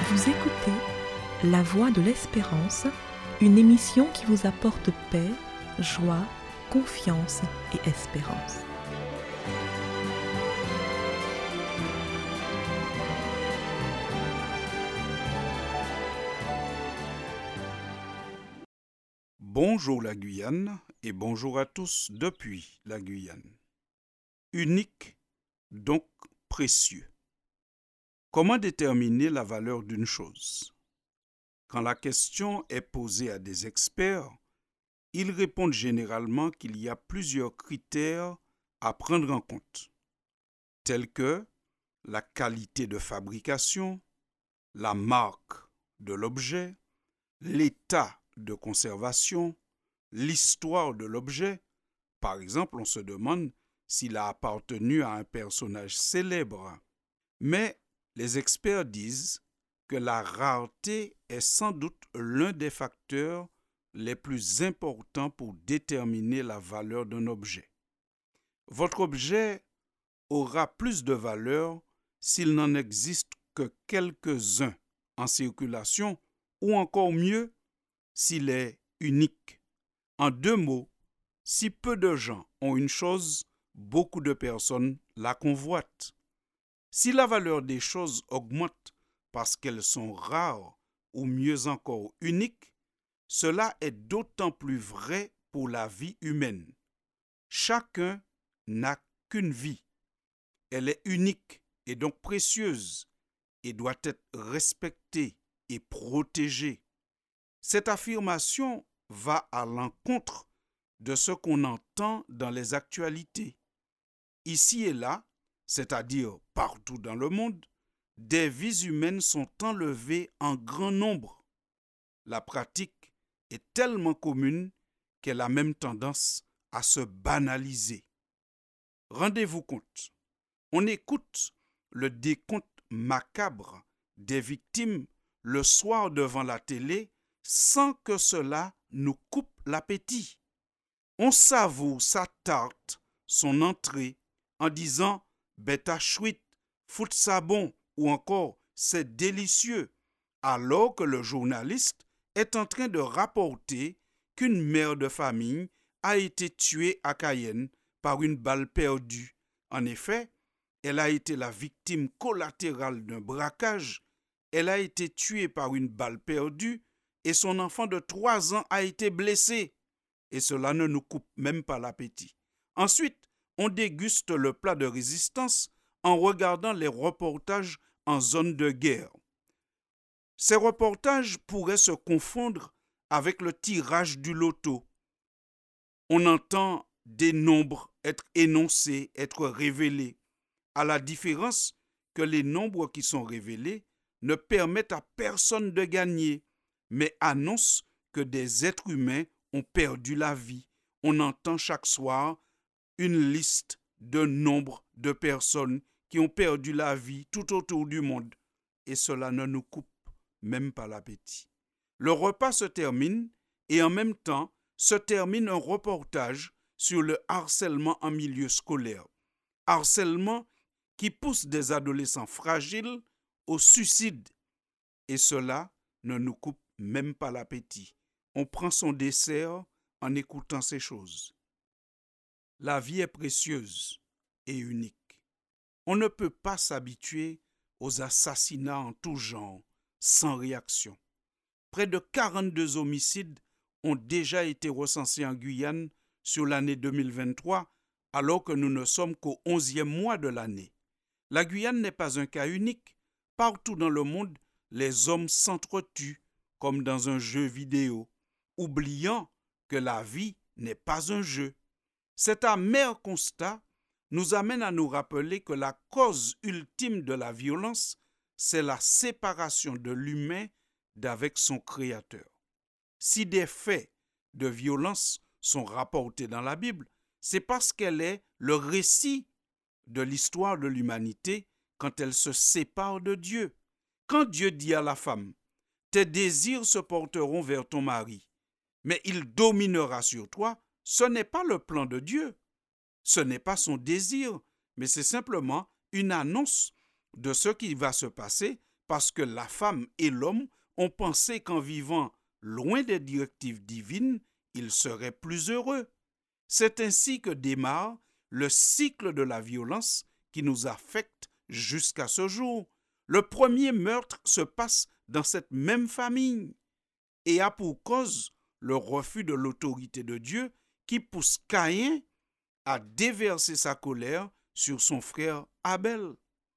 Vous écoutez La Voix de l'Espérance, une émission qui vous apporte paix, joie, confiance et espérance. Bonjour la Guyane et bonjour à tous depuis la Guyane. Unique, donc précieux. Comment déterminer la valeur d'une chose? Quand la question est posée à des experts, ils répondent généralement qu'il y a plusieurs critères à prendre en compte, tels que la qualité de fabrication, la marque de l'objet, l'état de conservation, l'histoire de l'objet. Par exemple, on se demande s'il a appartenu à un personnage célèbre. Mais les experts disent que la rareté est sans doute l'un des facteurs les plus importants pour déterminer la valeur d'un objet. Votre objet aura plus de valeur s'il n'en existe que quelques-uns en circulation ou encore mieux, s'il est unique. En deux mots, si peu de gens ont une chose, beaucoup de personnes la convoitent. Si la valeur des choses augmente parce qu'elles sont rares ou mieux encore uniques, cela est d'autant plus vrai pour la vie humaine. Chacun n'a qu'une vie. Elle est unique et donc précieuse et doit être respectée et protégée. Cette affirmation va à l'encontre de ce qu'on entend dans les actualités. Ici et là, c'est-à-dire partout dans le monde, des vies humaines sont enlevées en grand nombre. La pratique est tellement commune qu'elle a même tendance à se banaliser. Rendez-vous compte, on écoute le décompte macabre des victimes le soir devant la télé sans que cela nous coupe l'appétit. On savoure sa tarte, son entrée, en disant « bêta chouette, fout ça bon » ou encore « c'est délicieux », alors que le journaliste est en train de rapporter qu'une mère de famille a été tuée à Cayenne par une balle perdue. En effet, elle a été la victime collatérale d'un braquage, elle a été tuée par une balle perdue et son enfant de 3 ans a été blessé. Et cela ne nous coupe même pas l'appétit. Ensuite, on déguste le plat de résistance en regardant les reportages en zone de guerre. Ces reportages pourraient se confondre avec le tirage du loto. On entend des nombres être énoncés, être révélés, à la différence que les nombres qui sont révélés ne permettent à personne de gagner, mais annoncent que des êtres humains ont perdu la vie. On entend chaque soir une liste de nombre de personnes qui ont perdu la vie tout autour du monde. Et cela ne nous coupe même pas l'appétit. Le repas se termine et en même temps se termine un reportage sur le harcèlement en milieu scolaire. Harcèlement qui pousse des adolescents fragiles au suicide. Et cela ne nous coupe même pas l'appétit. On prend son dessert en écoutant ces choses. La vie est précieuse et unique. On ne peut pas s'habituer aux assassinats en tout genre, sans réaction. Près de 42 homicides ont déjà été recensés en Guyane sur l'année 2023, alors que nous ne sommes qu'au 11e mois de l'année. La Guyane n'est pas un cas unique. Partout dans le monde, les hommes s'entretuent comme dans un jeu vidéo, oubliant que la vie n'est pas un jeu. Cet amer constat nous amène à nous rappeler que la cause ultime de la violence, c'est la séparation de l'humain d'avec son Créateur. Si des faits de violence sont rapportés dans la Bible, c'est parce qu'elle est le récit de l'histoire de l'humanité quand elle se sépare de Dieu. Quand Dieu dit à la femme, « Tes désirs se porteront vers ton mari, mais il dominera sur toi », ce n'est pas le plan de Dieu. Ce n'est pas son désir, mais c'est simplement une annonce de ce qui va se passer parce que la femme et l'homme ont pensé qu'en vivant loin des directives divines, ils seraient plus heureux. C'est ainsi que démarre le cycle de la violence qui nous affecte jusqu'à ce jour. Le premier meurtre se passe dans cette même famille et a pour cause le refus de l'autorité de Dieu qui pousse Caïn à déverser sa colère sur son frère Abel.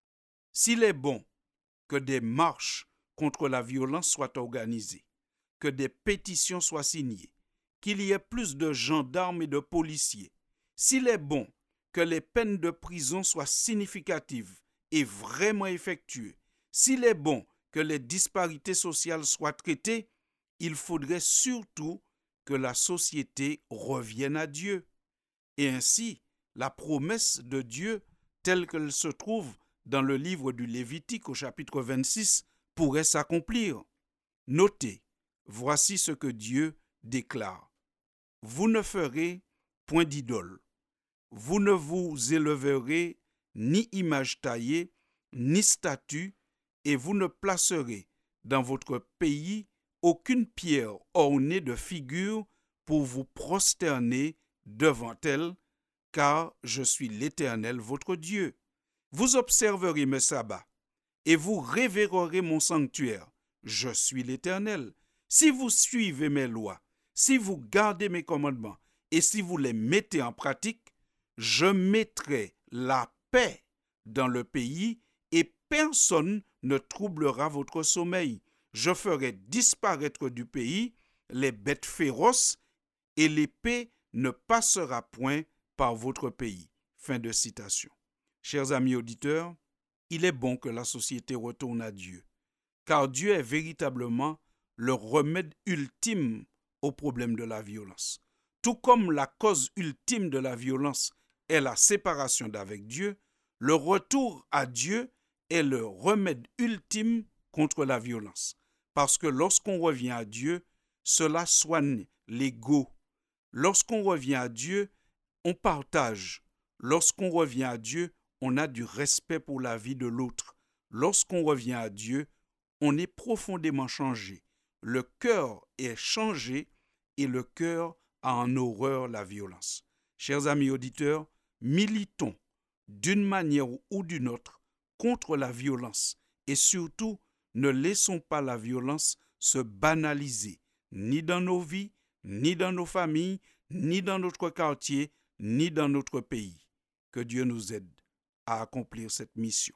S'il est bon que des marches contre la violence soient organisées, que des pétitions soient signées, qu'il y ait plus de gendarmes et de policiers, s'il est bon que les peines de prison soient significatives et vraiment effectuées, s'il est bon que les disparités sociales soient traitées, il faudrait surtout que la société revienne à Dieu. Et ainsi, la promesse de Dieu, telle qu'elle se trouve dans le livre du Lévitique au chapitre 26, pourrait s'accomplir. Notez, voici ce que Dieu déclare. Vous ne ferez point d'idole. Vous ne vous élèverez ni image taillée, ni statue, et vous ne placerez dans votre pays aucune pierre ornée de figures pour vous prosterner devant elle, car je suis l'Éternel votre Dieu. Vous observerez mes sabbats, et vous révérerez mon sanctuaire. Je suis l'Éternel. Si vous suivez mes lois, si vous gardez mes commandements, et si vous les mettez en pratique, je mettrai la paix dans le pays, et personne ne troublera votre sommeil. Je ferai disparaître du pays les bêtes féroces, et l'épée ne passera point par votre pays. Fin de citation. Chers amis auditeurs, il est bon que la société retourne à Dieu, car Dieu est véritablement le remède ultime au problème de la violence. Tout comme la cause ultime de la violence est la séparation d'avec Dieu, le retour à Dieu est le remède ultime contre la violence. Parce que lorsqu'on revient à Dieu, cela soigne l'ego. Lorsqu'on revient à Dieu, on partage. Lorsqu'on revient à Dieu, on a du respect pour la vie de l'autre. Lorsqu'on revient à Dieu, on est profondément changé. Le cœur est changé et le cœur a en horreur la violence. Chers amis auditeurs, militons d'une manière ou d'une autre contre la violence et surtout, ne laissons pas la violence se banaliser, ni dans nos vies, ni dans nos familles, ni dans notre quartier, ni dans notre pays. Que Dieu nous aide à accomplir cette mission.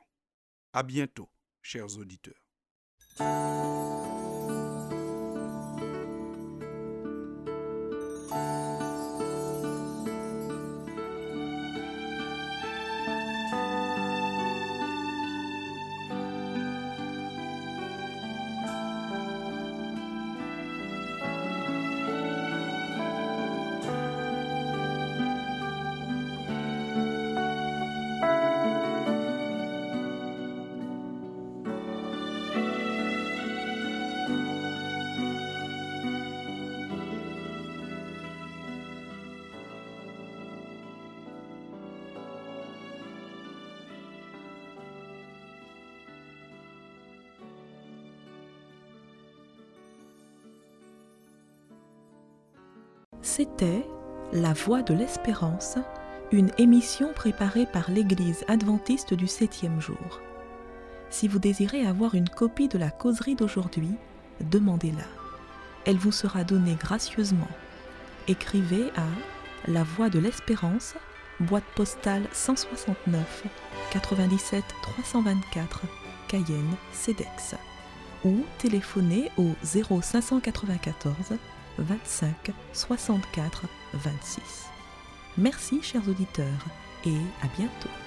À bientôt, chers auditeurs. C'était La Voix de l'Espérance, une émission préparée par l'Église adventiste du 7e jour. Si vous désirez avoir une copie de la causerie d'aujourd'hui, demandez-la. Elle vous sera donnée gracieusement. Écrivez à La Voix de l'Espérance, boîte postale 169 97 324, Cayenne, CEDEX, ou téléphonez au 0594 25 64 26. Merci chers auditeurs et à bientôt.